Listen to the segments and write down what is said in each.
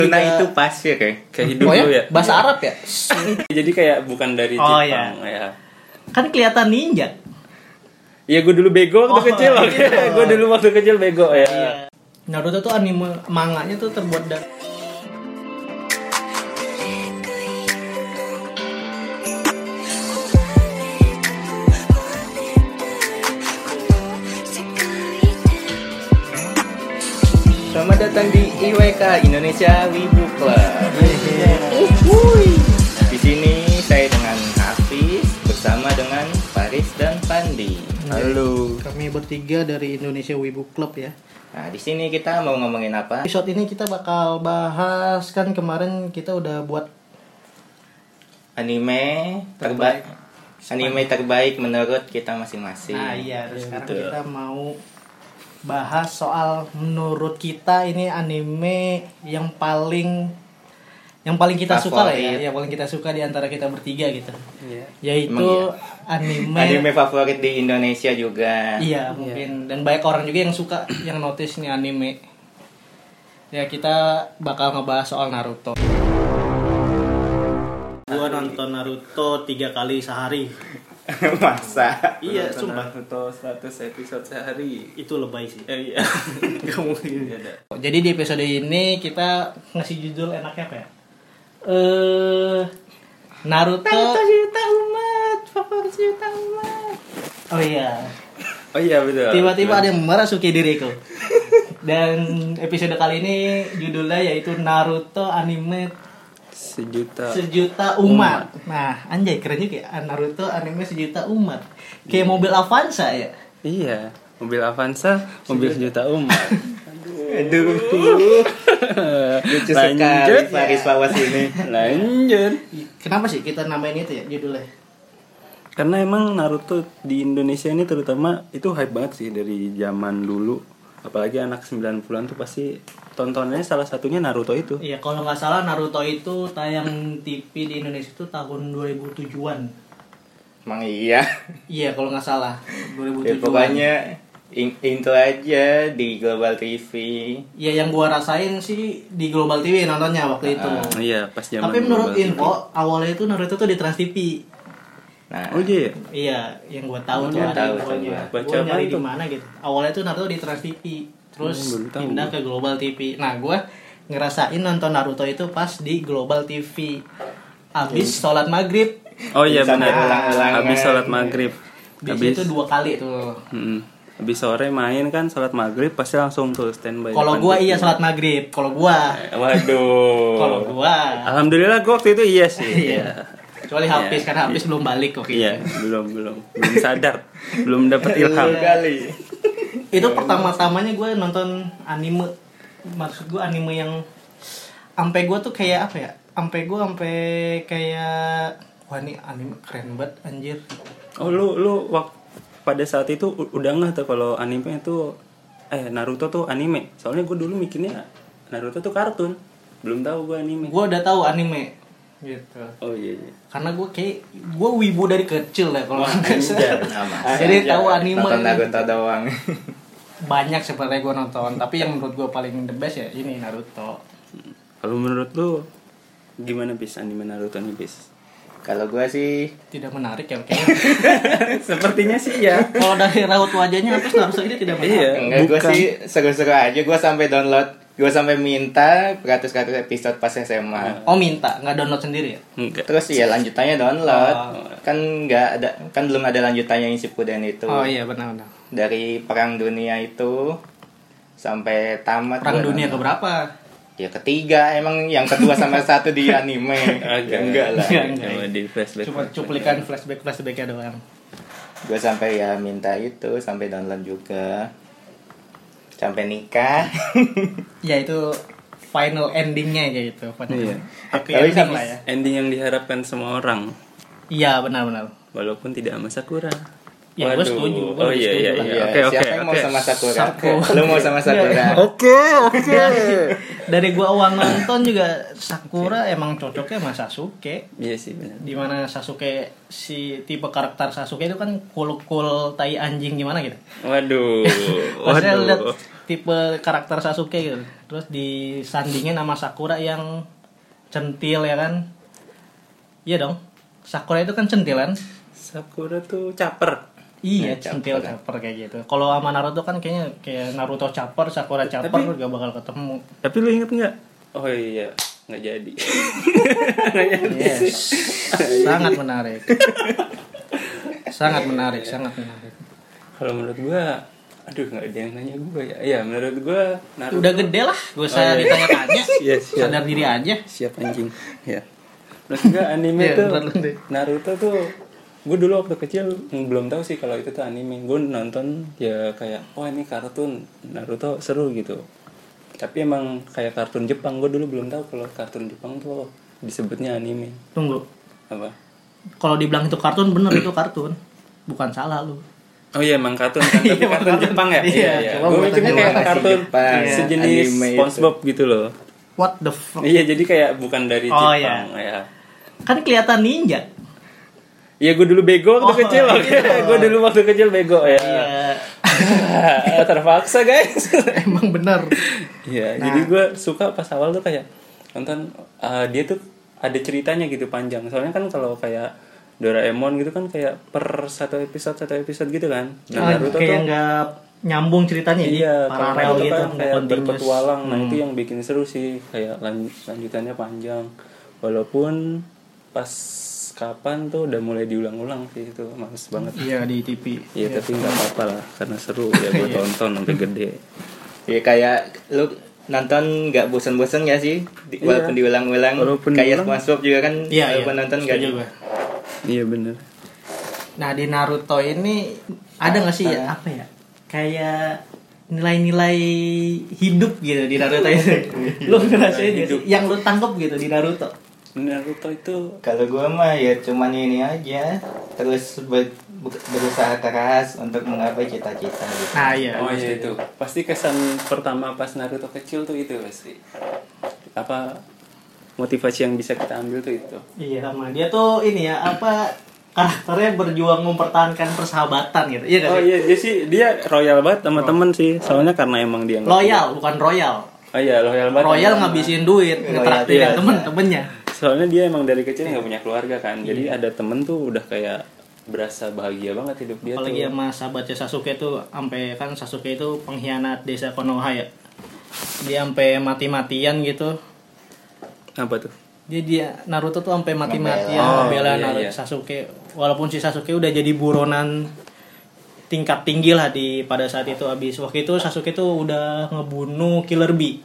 Tuna itu pasir kayak hidup Oh ya? lu ya. Bahasa Arab ya? Jadi kayak bukan dari Oh, Jepang iya. ya. Kan kelihatan ninja. Iya, gue dulu bego waktu kecil. Iya. Oke. Gue dulu waktu kecil bego ya. Iya. Naruto tuh anime manganya tuh terbuat dari Selamat datang di IWK Indonesia Wibu Club. Di sini saya dengan Hafiz bersama dengan Faris dan Pandi. Halo. kami bertiga dari Indonesia Wibu Club ya. Nah, di sini kita mau ngomongin apa? Episode ini kita bakal bahas, kan kemarin kita udah buat Anime terbaik. Anime terbaik menurut kita masing-masing. Nah iya, terus sekarang Betul. kita mau bahas soal menurut kita ini anime yang paling kita suka lah ya, Favorit. yang paling kita suka di antara kita bertiga gitu. Iya. Yaitu Emang anime Anime favorit di Indonesia juga. iya mungkin, dan banyak orang juga yang suka, yang notice nih anime. Ya kita bakal ngebahas soal Naruto. Gua nonton Naruto 3 kali sehari. Masa? Iya, Nonton sumpah. Naruto 100 episode sehari. Itu lebay sih. Iya. Gak mungkin. Iya. Jadi di episode ini kita ngasih judul enaknya apa ya? Naruto juta umat, favorit juta umat. Oh iya. Oh iya betul. Tiba-tiba ada yang merasuki diriku. Dan episode kali ini judulnya yaitu Naruto anime sejuta umat. Nah, anjay keren juga ya. Naruto anime sejuta umat. Kayak mobil Avanza ya. Iya, mobil Avanza, mobil sejuta umat. Aduh. Lucu sekali Faris Pawas ini. Lanjut. Kenapa sih kita namain itu ya judulnya? Karena emang Naruto di Indonesia ini terutama itu hype banget sih dari zaman dulu. Apalagi anak 90-an tuh pasti tontonannya salah satunya Naruto itu. Iya, kalau nggak salah Naruto itu tayang TV di Indonesia itu tahun 2007-an. Emang iya. Iya, kalau nggak salah 2007-an. Ya, pokoknya itu aja di Global TV. Iya, yang gua rasain sih di Global TV nontonnya waktu itu. Iya, pas zaman Tapi menurut Global info, awalnya itu Naruto tuh di Trans TV. Nah, TV. Oh iya. Iya, yang gua tahu tuh Gua ada tahu, infonya. baca Gua nyari apaan di tuh? mana gitu. Awalnya tuh Naruto di Trans TV, terus baru tahu pindah gua. ke Global TV. Nah, gua ngerasain nonton Naruto itu pas di Global TV. Abis sholat maghrib. Oh iya Sampai benar. ulang-ulangan. Habis sholat maghrib. Biasanya itu 2 kali tuh. Habis sore main kan sholat maghrib pasti langsung tuh standby. Kalau depan gua TV. iya sholat maghrib. Kalau gua, waduh. kalau gua, Alhamdulillah gua waktu itu iya sih. iya. Kecuali Hafiz, karena Hafiz belum balik kok. Iya, belum sadar, belum dapat ilham. Kali. Itu pertama-tamanya gue nonton anime. Maksud gue anime yang sampai gue tuh kayak apa ya? Sampai kayak wah ini anime keren banget anjir. Oh lu pada saat itu udah nggak tuh kalau anime itu Naruto tuh anime. Soalnya gue dulu mikirnya Naruto tuh kartun. Belum tahu gue anime. Gue udah tahu anime gitu. Oh iya. Karena gue wibu dari kecil ya kalau nggak salah. Nama. Jadi tahu anime. Nonton Naruto doang. Banyak sebenarnya gue nonton, tapi yang menurut gue paling the best ya ini Naruto. Kalau menurut lu gimana bis anime Naruto nih bis? Kalau gua sih Tidak menarik ya kayaknya. sepertinya sih ya. Kalau dari raut wajahnya Hafiz, Naruto ini tidak menarik. Iya. Enggak, gue bukan. sih seru-seru aja. Gue sampai download, gue sampai minta beratus-ratus episode pas SMA. Oh minta, nggak download sendiri ya? Enggak. Terus ya lanjutannya download. Oh. Kan nggak ada, kan belum ada lanjutannya yang Shippuden itu. Oh iya benar-benar. Dari Perang Dunia itu sampai tamat. Perang gua dunia nonton. keberapa? Ya ketiga, emang yang kedua sama satu di anime. Agak. Enggak lah. Enggak. Coba di flashback. Cuma cuplikan flashbacknya doang. Gue sampai ya minta itu, sampai download juga. Sampai nikah. Ya itu final endingnya aja gitu. Iya. Happy Tapi ending sama- lah ya. Ending yang diharapkan semua orang, Iya benar-benar. walaupun tidak sama Sakura. Ya gue setuju. Oh iya iya lah. iya. Iya, Oke, siapa yang mau oke. sama Sakura? Sakura. Lu mau sama Sakura? Oke. Dari gua awal nonton juga Sakura emang cocoknya sama Sasuke. Iya sih benar. Dimana Sasuke, si tipe karakter Sasuke itu kan cool tai anjing gimana gitu. Waduh. Pas saya lihat tipe karakter Sasuke gitu. Terus disandingin sama Sakura yang centil ya kan. Iya dong. Sakura itu kan centil kan? Sakura tuh caper. Iya, centil caper kayak gitu. Kalau sama Naruto kan kayaknya kayak Naruto caper, Sakura caper gak bakal ketemu. Tapi lu inget nggak? Oh iya, nggak jadi. Nggak jadi. Yes. Sangat menarik. sangat menarik. Kalau menurut gua, aduh nggak ada yang nanya gua ya. Iya, menurut gua Naruto. Udah gede lah, gue saya ditanya-tanya. Yes, Sadar diri aja. Siap anjing. Ya. Menurut gua anime tuh Naruto tuh gue dulu waktu kecil belum tahu sih kalau itu tuh anime. Gue nonton ya kayak ini kartun Naruto seru gitu. Tapi emang kayak kartun Jepang. Gue dulu belum tahu kalau kartun Jepang tuh disebutnya anime. Tunggu. Apa? Kalau dibilang itu kartun bener itu kartun. Bukan salah lu. Oh iya emang kartun kan, tapi kartun Jepang ya? Iya. Gue mikirnya kayak kartun sejenis SpongeBob gitu loh. What the fuck? Iya, jadi kayak bukan dari Jepang ya. Kan kelihatan ninja. Iya, gue dulu bego waktu kecil. Gue dulu waktu kecil bego ya. Iya. Terpaksa guys. Emang bener. Iya, jadi gue suka pas awal tuh kayak nonton dia tuh ada ceritanya gitu panjang. Soalnya kan kalau kayak Doraemon gitu kan kayak per satu episode gitu kan. Nah, Naruto kayak nggak nyambung ceritanya. Iya, paralel gitu kan kayak berpetualang. Nah itu yang bikin seru sih, kayak lanjutannya panjang. Walaupun pas kapan tuh udah mulai diulang-ulang sih, itu males banget. Iya di TV. Iya tapi nggak apa-apa lah karena seru ya gue tonton sampai gede. Iya kayak lu nonton nggak bosan-bosan ya sih walaupun diulang-ulang. Kayak SpongeBob juga kan walaupun nonton nggak juga. Iya bener. Nah di Naruto ini ada nggak sih ya apa ya kayak nilai-nilai hidup gitu di Naruto itu? Lu ngerasain gitu? Yang lu tangkap gitu di Naruto? Naruto itu kalau gue mah ya cuman ini aja, terus berusaha keras untuk menggapai cita-cita gitu. Nah iya. Oh iya itu pasti kesan pertama pas Naruto kecil tuh itu pasti apa motivasi yang bisa kita ambil tuh itu. Iya sama dia tuh ini ya apa karakternya berjuang mempertahankan persahabatan gitu. Iya kan? Oh iya dia royal banget sama temen sih, soalnya karena emang dia loyal bukan royal. Oh iya loyal banget. Royal ngabisin duit ngetraktirin temen-temennya. Soalnya dia emang dari kecil nggak punya keluarga kan, jadi ada temen tuh udah kayak berasa bahagia banget hidup dia. Apalagi tuh. sama sahabatnya Sasuke tuh, sampai kan Sasuke itu pengkhianat desa Konoha ya. Dia sampai mati-matian gitu. Apa tuh? Dia Naruto tuh sampai mati-matian membela Naruto Sasuke, walaupun si Sasuke udah jadi buronan tingkat tinggi lah pada saat itu. Abis waktu itu Sasuke tuh udah ngebunuh Killer Bee.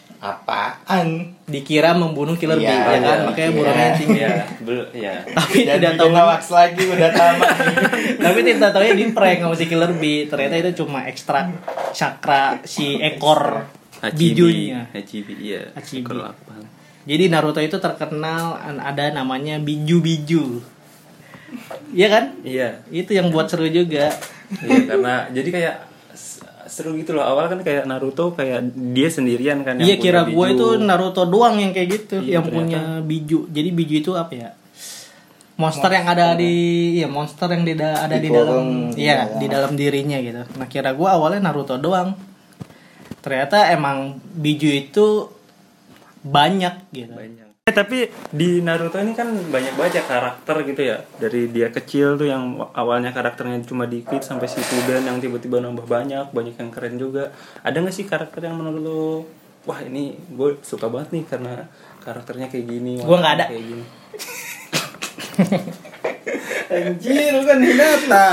Apaan? Dikira membunuh Killer Bee ya kan, makanya buronannya tinggi. Tapi tidak tahu lagi udah tamat nih. Tapi tidak tahu ya di prank sama si Killer Bee. Ternyata itu cuma ekstrak cakra si ekor bijunya. Hachibi. Jadi Naruto itu terkenal ada namanya biju-biju. Iya kan? Iya. Itu yang buat seru juga. Iya, karena jadi kayak seru gitu loh. Awal kan kayak Naruto kayak dia sendirian kan yang iya, kira gue itu Naruto doang yang kayak gitu, iya, yang punya biju. Jadi biju itu apa ya? Monster yang ada monster yang ada di dalam di dalam dirinya gitu. Nah, kira gue awalnya Naruto doang. Ternyata emang biju itu banyak gitu. Tapi di Naruto ini kan banyak banget karakter gitu ya. Dari dia kecil tuh yang awalnya karakternya cuma dikit sampai Shippuden yang tiba-tiba nambah banyak yang keren juga. Ada nggak sih karakter yang menurut lo, wah ini gue suka banget nih karena karakternya kayak gini. Gue nggak ada. Kayak gini. Anjir, lu kan Hinata.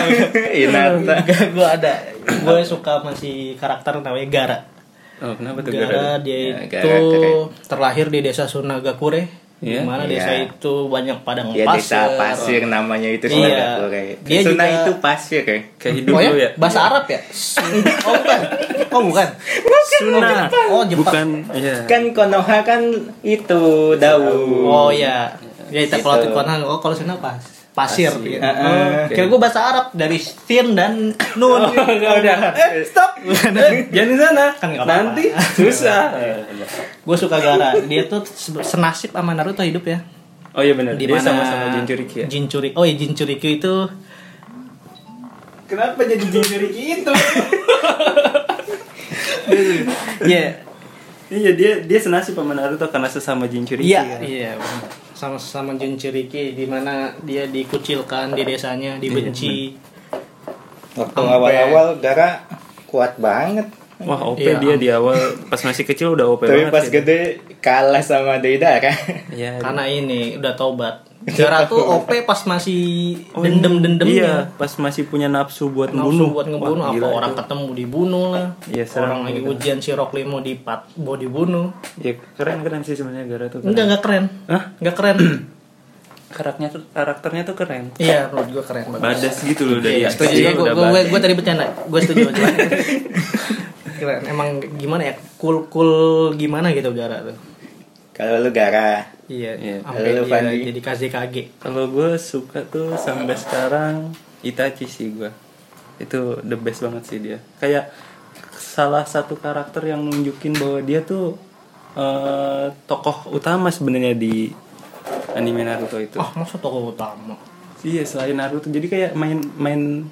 Gue ada. Gue suka masih karakter namanya Gaara. Oh, kenapa tuh Gaara? Dia itu terlahir di desa Sunagakure, di mana desa itu banyak padang pasir. Desa pasir namanya itu Sunagakure. Dia Suna juga, itu pasir kayak hidup lu ya. Bahasa Arab ya? Oh bukan. Suna. Oh Jepang. Bukan. Iya. Kan Konoha kan itu daun. Oh iya. Ya itu kalau di Konoha, kalau Suna pasir. Gitu. Kira gue bahasa Arab dari Sin dan Nun. Udah. Stop. Jangan di sana. Kan nanti susah. Gue suka Gaara. Dia tuh senasib sama Naruto hidup ya. Oh iya benar. Dia sama-sama Jinchuriki ya. Oh iya, Jinchuriki itu. Kenapa jadi Jinchuriki itu? Iya. Iya, dia senasib sama Naruto karena sesama Jinchuriki. Iya, iya, sama Jinchuriki di mana dia dikucilkan di desanya, dibenci. Waktu awal-awal Gaara kuat banget. Wah, OP dia di awal pas masih kecil udah OP banget. Tapi pas gitu. gede kalah sama Deidara kan. Iya. Karena ini udah tobat. Gaara tuh OP pas masih dendam-dendamnya. Iya, pas masih punya nafsu buat ngebunuh. Wah, apa orang itu. Ketemu dibunuh lah. Iya, orang lagi ujian si Rock Lee mau dibunuh. Ya keren sih sebenarnya Gaara tuh. Enggak keren. Hah? Enggak keren. Karakternya tuh keren. Iya, menurut gue keren banget. Badas gitu loh dari setuju. Gue tadi bercanda. Gue setuju. Keren. Emang gimana ya? Cool gimana gitu Gaara tuh. Kalau lu Gaara. Iya. Sampai dia jadi KZKG. Kalau gue suka tuh sampai sekarang Itachi sih gue. Itu the best banget sih dia. Kayak salah satu karakter yang nunjukin bahwa dia tuh tokoh utama sebenarnya di anime Naruto itu. Masa tokoh utama? Iya, selain Naruto. Jadi kayak main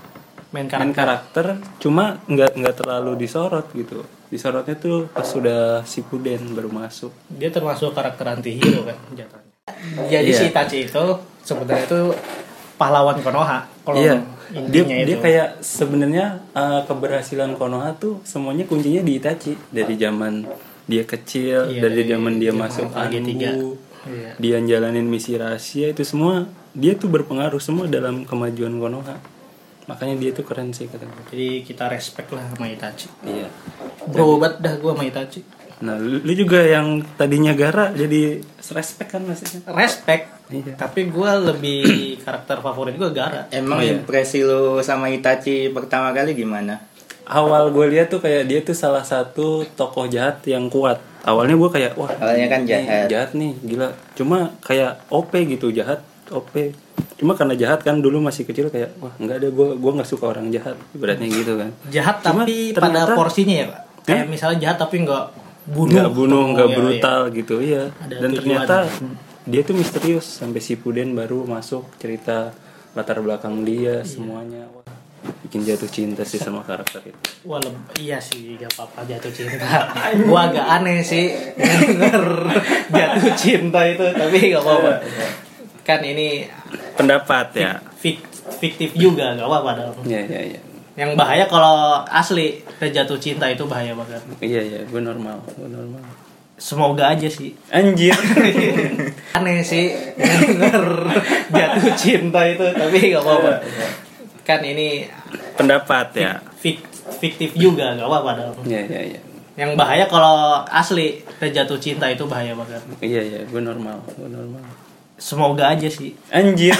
karakter cuma nggak terlalu disorot gitu. Disorotnya tuh pas sudah Shippuden baru masuk. Dia termasuk karakter anti-hero kan jatuhnya. Jadi si Itachi itu sebenarnya itu pahlawan Konoha. Kalau dia kayak sebenarnya keberhasilan Konoha tuh semuanya kuncinya di Itachi dari zaman dia kecil, dari zaman dia masuk Anbu, dia jalanin misi rahasia itu semua dia tuh berpengaruh semua dalam kemajuan Konoha. Makanya dia tuh keren sih kata gue. Jadi kita respect lah sama Itachi. Iya. Bro, dah gue sama Itachi. Nah, lu juga yang tadinya Gaara jadi respect kan maksudnya? Respect. Iya. Tapi gue lebih karakter favorit gue Gaara. Emang impresi lu sama Itachi pertama kali gimana? Awal gue lihat tuh kayak dia tuh salah satu tokoh jahat yang kuat. Awalnya gue kayak wah, awalnya kan jahat. Jahat nih, gila. Cuma kayak OP gitu, jahat OP. Cuma karena jahat kan dulu masih kecil kayak wah enggak ada gue nggak suka orang jahat beratnya gitu kan. Jahat cuma tapi ternyata, pada porsinya ya Pak. Kayak misalnya jahat tapi nggak nggak brutal gitu ya. Dan ternyata dia tuh misterius sampai Shippuden baru masuk cerita latar belakang dia semuanya. Wah, bikin jatuh cinta sih sama karakter itu. Wah iya sih gak apa-apa jatuh cinta. Gua agak aneh sih denger jatuh cinta itu tapi gak apa-apa. Kan ini pendapat ya fiktif juga gak apa-apa dong. Iya. Yang bahaya kalau asli jatuh cinta itu bahaya banget. Iya gue normal. Semoga aja sih. Anjir. Aneh sih denger jatuh cinta itu tapi gak apa-apa. Kan ini pendapat ya fiktif juga gak apa-apa dong. Iya. Yang bahaya kalau asli jatuh cinta itu bahaya banget. Iya gue normal. Semoga aja sih. Anjir.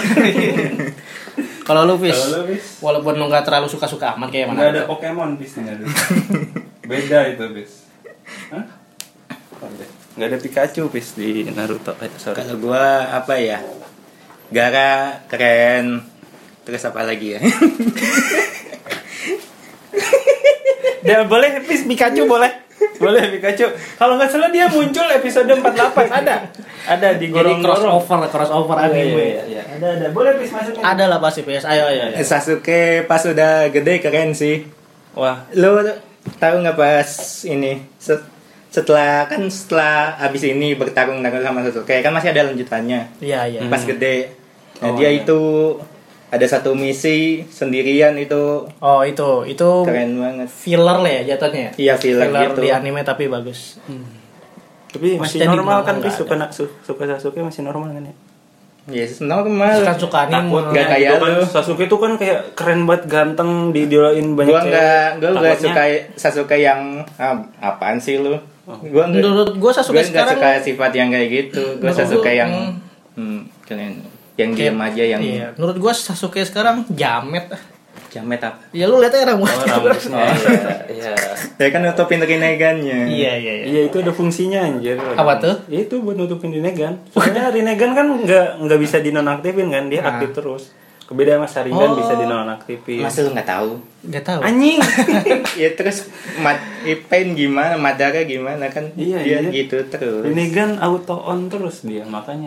Kalau lu Fis, walaupun lu gak terlalu suka-suka amat kayak mana? Gak ada Pokemon Fis nih ada. Beda itu Fis. Hah? Gak ada Pikachu Fis di Naruto. Sorry. Kalau gua apa ya? Gaara keren. Terus apa lagi ya? Ya boleh Fis Pikachu boleh. Boleh Pikachu. Kalau nggak salah dia muncul episode 48 ada di gorong-gorong. crossover anime. Iya. Ada. Boleh Fis masukin. Ada lah pasti Fis. Ayo. Sasuke pas udah gede keren sih. Wah, lu tahu nggak pas ini setelah abis ini bertarung sama Sasuke kan masih ada lanjutannya. Iya. Pas gede. Nah, dia itu ada satu misi sendirian itu. Oh, itu keren banget. Filler lah ya jatuhnya. Iya, filler gitu. Di anime tapi bagus. Tapi masih normal kan Fis suka Sasuke masih normal kan ya? Yes, normal. Suka anime gak kayak lu. Sasuke tuh kan kayak keren banget, ganteng, diidolain banyak. Gua enggak suka Sasuke yang apaan sih lu? Menurut gua Sasuke sekarang suka sifat yang kayak gitu. Gua Sasuke yang keren. Yang diam aja yang. Iya, menurut gua Sasuke sekarang jamet. Jamet apa? Ya lu lihat aja rambutnya. Iya. Ya kan nutupin Rinnegan-nya. Iya. Iya itu ada fungsinya anjir. Apa tuh? Itu buat nutupin Rinnegan. Soalnya Rinnegan kan enggak bisa dinonaktifin kan, dia aktif terus. Kebeda sama Sharingan bisa dinonaktifin. Masa lu enggak tahu? Enggak tahu. Anjing. Ya terus Pain gimana? Madara gimana kan? Iya. Gitu terus. Rinnegan auto on terus dia, makanya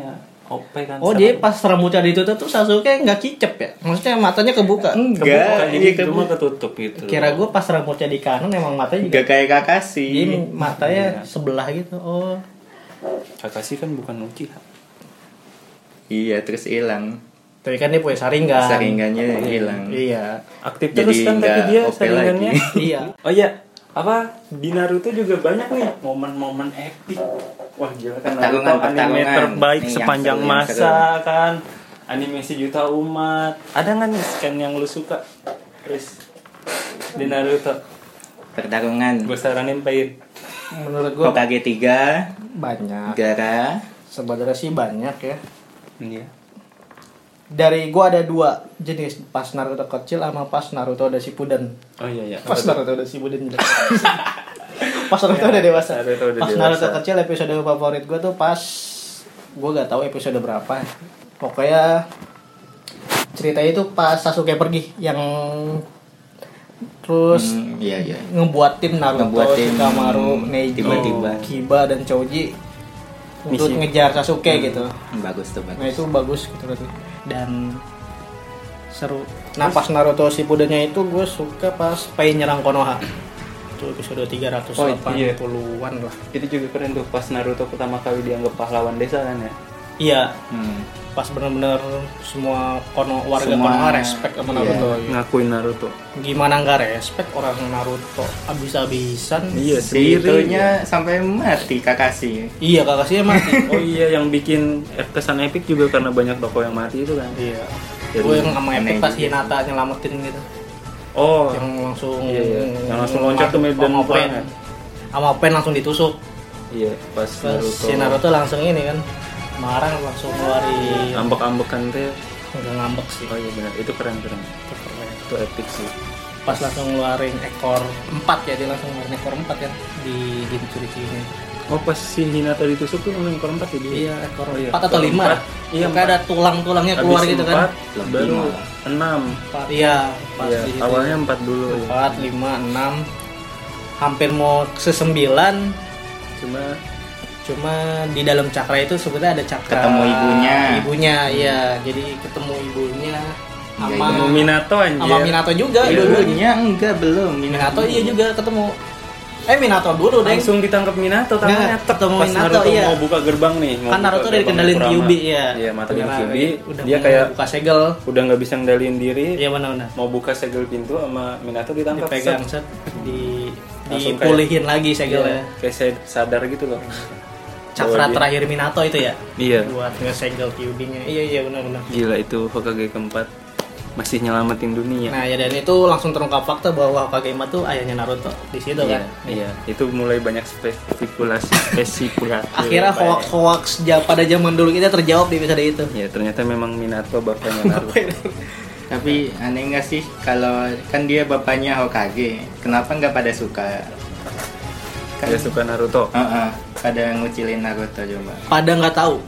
OP kan. Oh, jadi pas rambutnya ditutup tuh Sasuke nggak kicep ya? Maksudnya matanya kebuka? Enggak, jadi cuma ketutup gitu. Kira gue pas rambutnya di kanan emang matanya juga. Enggak kayak Kakashi. Jadi matanya sebelah gitu. Oh. Kakashi kan bukan Uchiha. Iya, terus hilang. Tapi kan dia punya Sharingan. Sharingannya hilang. Iya. Aktif terus kan tapi dia Sharingannya. Iya. Oh iya, apa di Naruto juga banyak nih momen-momen epic. Wah gila kan Naruto anime terbaik nih, sepanjang masa kan. Animasi juta umat. Ada nggak nih scan yang lu suka, Chris? Di Naruto. Pertarungan. Gue saranin Pain. Menurut gue Hokage 3 banyak. Gara. Sebenarnya sih banyak ya. Iya. Dari gua ada 2 jenis, pas Naruto kecil sama pas Naruto udah Shippuden. Oh iya. Pas Naruto udah Shippuden. Pas Naruto udah dewasa. Pas Naruto kecil episode favorit gua tuh pas gua gak tahu episode berapa. Pokoknya cerita itu pas Sasuke pergi yang terus ngebuatin Naruto, Shikamaru, Neji, Kiba dan Choji untuk ngejar Sasuke gitu. Bagus tuh, bagus. Nah itu bagus gitu berarti. Dan seru. Nah pas Naruto Shippudennya itu gue suka pas Pain nyerang Konoha. Itu episode 380-an lah. Itu juga keren tuh pas Naruto pertama kali dianggap pahlawan desa kan ya. Iya. Pas benar-benar semua warga Konoha respect sama Naruto. Iya. Ngakuin Naruto. Gimana nggak respect orang Naruto abis-abisan? Iya, sendirinya sampai mati Kakashi. Iya, Kakashi mati. Oh iya, yang bikin kesan epic juga karena banyak tokoh yang mati itu kan. Iya. Gue yang sama epic pas Hinata nyelamatin gitu. Oh, yang langsung yang langsung loncat ke medan perang. Sama Pen langsung ditusuk. Iya, pas Naruto. Si Naruto langsung ini kan. Marah langsung ngeluarin ambek-ambekan teh. Enggak ngambek sih. Oh iya benar, itu keren. Itu epic sih. Pas langsung ngeluarin ekor 4 ya, dia langsung ngeluarin ekor 4 kan di Jinchuriki ini. Oh pas si Hinata ditusuk tuh ngeluarin ekor 4 ya dia? Iya, ekor 4 atau 5. Iya, kayak ada tulang-tulangnya keluar gitu kan. Baru 6. Iya, pas di awalnya 4 dulu. 4, 5, 6. Hampir mau ke-9. Cuma di dalam cakra itu sebetulnya ada cakra ketemu ibunya iya, jadi ketemu ibunya sama Minato anjir. Sama Minato juga ibunya enggak belum Minato iya juga ketemu Minato dulu deh langsung ditangkap Minato tangannya ketemu pas Minato Naruto mau buka gerbang nih kan Naruto udah dikendalin Kyuubi ya iya matanya Kyuubi dia kayak buka segel udah nggak bisa ngendalin diri iya benar mau buka segel pintu sama Minato ditangkap dipegang dipulihin lagi segelnya kayak sadar gitu loh cakra terakhir Minato itu ya? Iya. Buat nge-segel Kyuubi-nya. Iya benar-benar. Gila itu Hokage keempat masih nyelamatin dunia. Nah ya dan itu langsung terungkap fakta bahwa Hokage keempat tuh ayahnya Naruto di situ kan. Iya. Itu mulai banyak spekulasi. Akhirnya hoax pada zaman dulu kita terjawab di episode itu. Iya ternyata memang Minato bapaknya Naruto. Tapi aneh nggak sih kalau kan dia bapaknya Hokage, kenapa nggak pada suka? Dia suka Naruto. Pada ngucilin Naruto coba. Pada nggak tahu.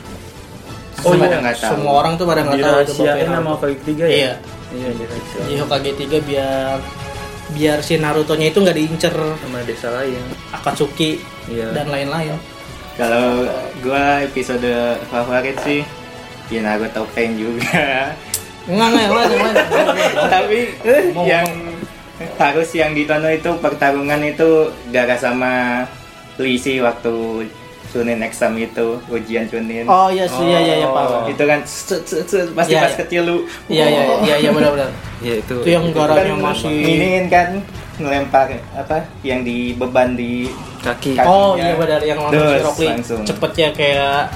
Pada nggak tahu. Semua orang tuh pada nggak tahu itu bapaknya nama Hokage 3 ya. Iya. Di Hokage 3 biar si Naruto-nya itu nggak diincer sama desa lain. Akatsuki dan lain-lain. Kalau gua episode favorit sih ya Naruto Pain juga. Enggak. Tapi yang harus yang ditonton itu pertarungan itu Gaara sama Lee sih waktu Chunin exam itu ujian Chunin. Oh iya sih iya Pak. Itu kan pasti pas kecil lu. Iya benar. Iya itu yang Gaaranya masih iniin kan ngelempar apa yang di beban di kaki. Oh iya benar yang langsung cepetnya kayak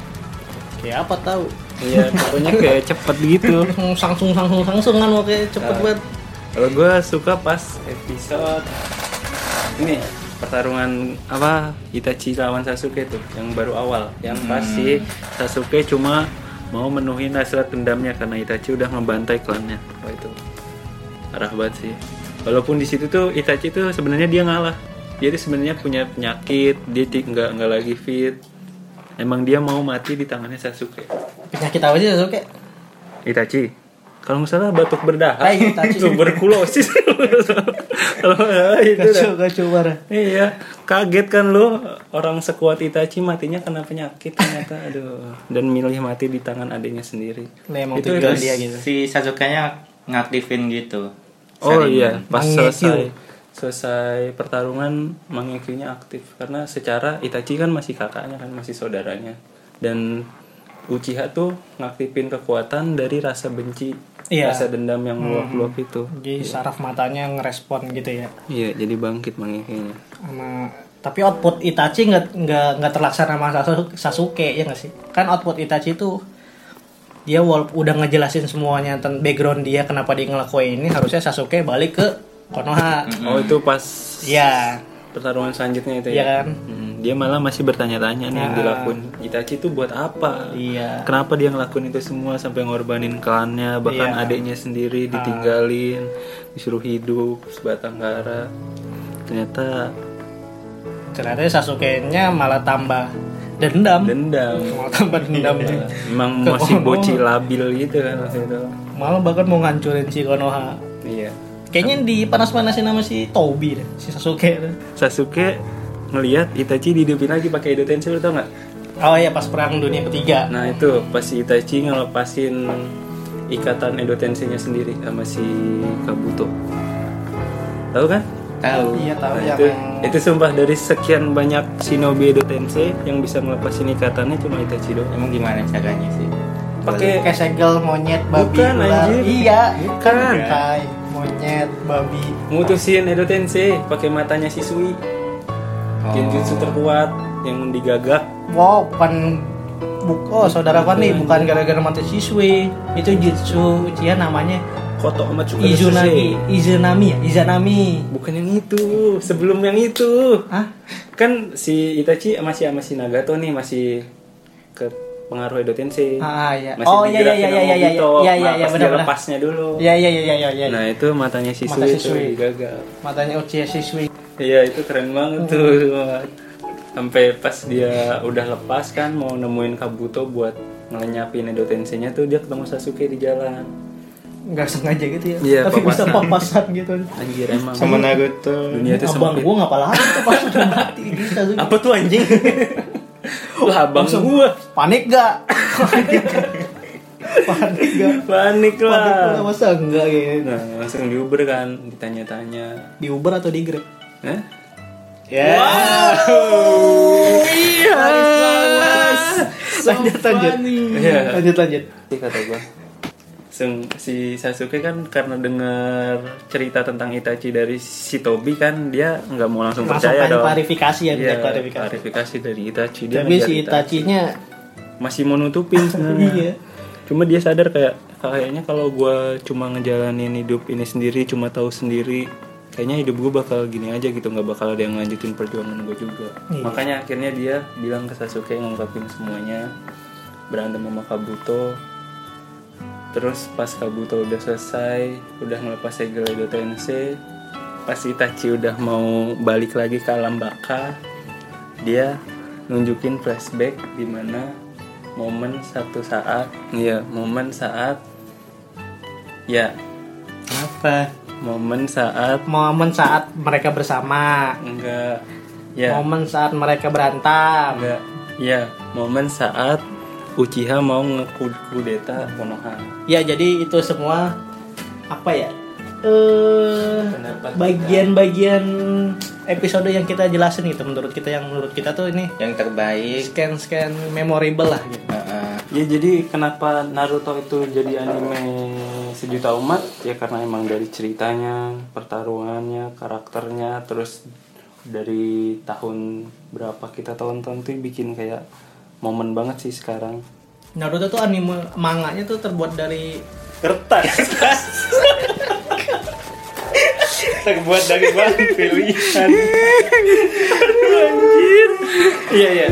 apa tahu. Iya pokoknya kayak cepet gitu. Sangsung kan kayak cepet banget. Kalau gue suka pas episode ini pertarungan apa Itachi lawan Sasuke tuh yang baru awal yang pasti Sasuke cuma mau menuhin hasrat dendamnya karena Itachi udah ngebantai klannya. Wah itu parah banget sih. Walaupun di situ tuh Itachi tuh sebenarnya dia ngalah. Dia tuh sebenarnya punya penyakit, dia nggak lagi fit. Emang dia mau mati di tangannya Sasuke. Penyakit apa sih Sasuke? Itachi. Kalau nggak salah batuk berdahak, Itachi. tuberkulosis. Kalau nggak salah itu dah. Kacau parah. Iya, kaget kan lu orang sekuat Itachi matinya kena penyakit ternyata, aduh. Dan milih mati di tangan adiknya sendiri. Emang Itu tujuan Terus dia gitu. si Sasuke-nya ngaktifin gitu. Oh Sharingan. iya, pas Mangekyo. selesai pertarungan Mangekyo-nya aktif karena secara Itachi kan masih kakaknya kan, masih saudaranya. Dan Uchiha tuh ngaktifin kekuatan dari rasa benci, Iya. rasa dendam yang meluap-luap itu. Jadi saraf matanya ngerespon gitu ya. Iya, jadi bangkit Mangekyo-nya. Tapi output Itachi nggak terlaksana sama Sasuke ya nggak sih? Kan output Itachi itu dia walaupun udah ngejelasin semuanya tentang background dia kenapa dia ngelakuin ini, harusnya Sasuke balik ke Konoha. Oh, itu pas Iya. pertarungan selanjutnya itu Iya ya. kan? Dia malah masih bertanya-tanya nih yang Nah. dilakuin Itachi itu buat apa? Iya. Kenapa dia ngelakuin itu semua sampai ngorbanin klannya, bahkan Iya. adiknya sendiri ditinggalin, disuruh hidup sebatang kara. Ternyata Sasuke-nya malah tambah dendam. Malah tambah dendam. Iya. Emang Ke masih Konoha. bocil labil gitu kan waktu itu. Malah bahkan mau ngancurin si Konoha. Iya. Kayaknya dipanas-panasin sama si Tobi deh, si Sasuke tuh. Sasuke ngelihat Itachi dihidupin lagi pakai Edo Tensei, lu tau nggak? Oh iya, pas perang dunia ketiga. Nah itu pas si Itachi ngelepasin ikatan Edo Tensei-nya sendiri sama si Kabuto. Tahu kan? Tahu. Iya tahu Nah, ya. itu sumpah dari sekian banyak shinobi Edo Tensei yang bisa ngelepasin ikatannya cuma Itachi doang. Emang gimana caranya sih? Pakai Kayak segel, monyet, babi, Bukan, ular. anjir. Iya, Bukan. Tai, monyet, babi. mutusin Edo Tensei pakai matanya Shisui. Genjutsu terkuat yang digagak. Wow, saudara Fani, bukan gara-gara mati siswi. Itu jutsu Uchiha namanya Koto Amatsuka Izanami. Bukan yang itu, sebelum yang itu. Hah? Kan si Itachi masih sama si Nagato nih, masih ke pengaruh Edo Tensei. Iya. Masih digerakin sama Obito. Iya, Pas dia benar. lepasnya dulu. Iya. Nah itu matanya Shisui Mata itu Shisui. digagak. Matanya Uchiha siswi. Iya itu keren banget tuh. Sampai pas dia udah lepas kan mau nemuin Kabuto buat ngelenyapin Edo Tensei-nya tuh, dia ketemu Sasuke di jalan. Nggak sengaja gitu ya. Iya, Tapi bisa papasan. papasan gitu. Anjir emang. Sama Naruto. Dunia itu Abang sempit. gua nggak pala itu pas udah mati di Sasuke. Apa tuh anjing? Lah abang gua. Panik gak? Panik gak? Panik Panik lah. lah, masa enggak gitu. Nah langsung di Uber kan, ditanya-tanya. Di Uber atau di Grab? Hah? Ya. Lanjut. Iya. Lanjut. Sih kata gua. Si Sasuke kan karena dengar cerita tentang Itachi dari si Tobi kan, dia nggak mau langsung percaya tanya dong. klarifikasi ya, Iya, klarifikasi. klarifikasi dari Itachi. Dia Tapi ngejar si Itachi-nya masih mau nutupin sebenarnya. Iya. Cuma dia sadar kayaknya kalau gue cuma ngejalanin hidup ini sendiri, cuma tahu sendiri, kayaknya hidup gue bakal gini aja gitu, nggak bakal ada yang lanjutin perjuangan gue juga. Iya. Makanya akhirnya dia bilang ke Sasuke, ngungkapin semuanya, berantem sama Kabuto. Terus pas Kabuto udah selesai, udah ngelepas segel Edo Tensei, pas Itachi udah mau balik lagi ke alam baka, dia nunjukin flashback di mana momen saat apa? momen saat Momen saat mereka bersama. enggak ya Momen saat mereka berantem. enggak ya momen saat Uchiha mau ngekudeta Konoha. Ya, jadi itu semua apa ya? Pendapat Bagian-bagian episode yang kita jelasin gitu, menurut kita tuh ini Yang terbaik. scan memorable lah gitu. Ya jadi kenapa Naruto itu jadi anime sejuta umat? Ya karena emang dari ceritanya, pertarungannya, karakternya, terus dari tahun berapa kita tonton tuh bikin kayak momen banget sih sekarang. Naruto tuh anime manganya tuh terbuat dari Kertas. Terbuat dari bahan pilihan. Anjir. Iya.